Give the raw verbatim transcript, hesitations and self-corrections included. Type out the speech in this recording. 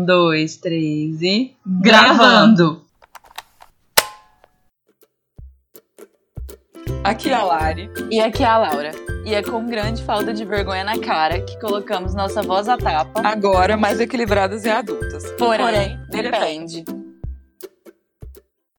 Um, dois, três e... Gravando! Aqui é a Lari. E aqui é a Laura. E é com grande falta de vergonha na cara que colocamos nossa voz à tapa. Agora mais equilibradas e adultas. Porém, Porém depende. depende.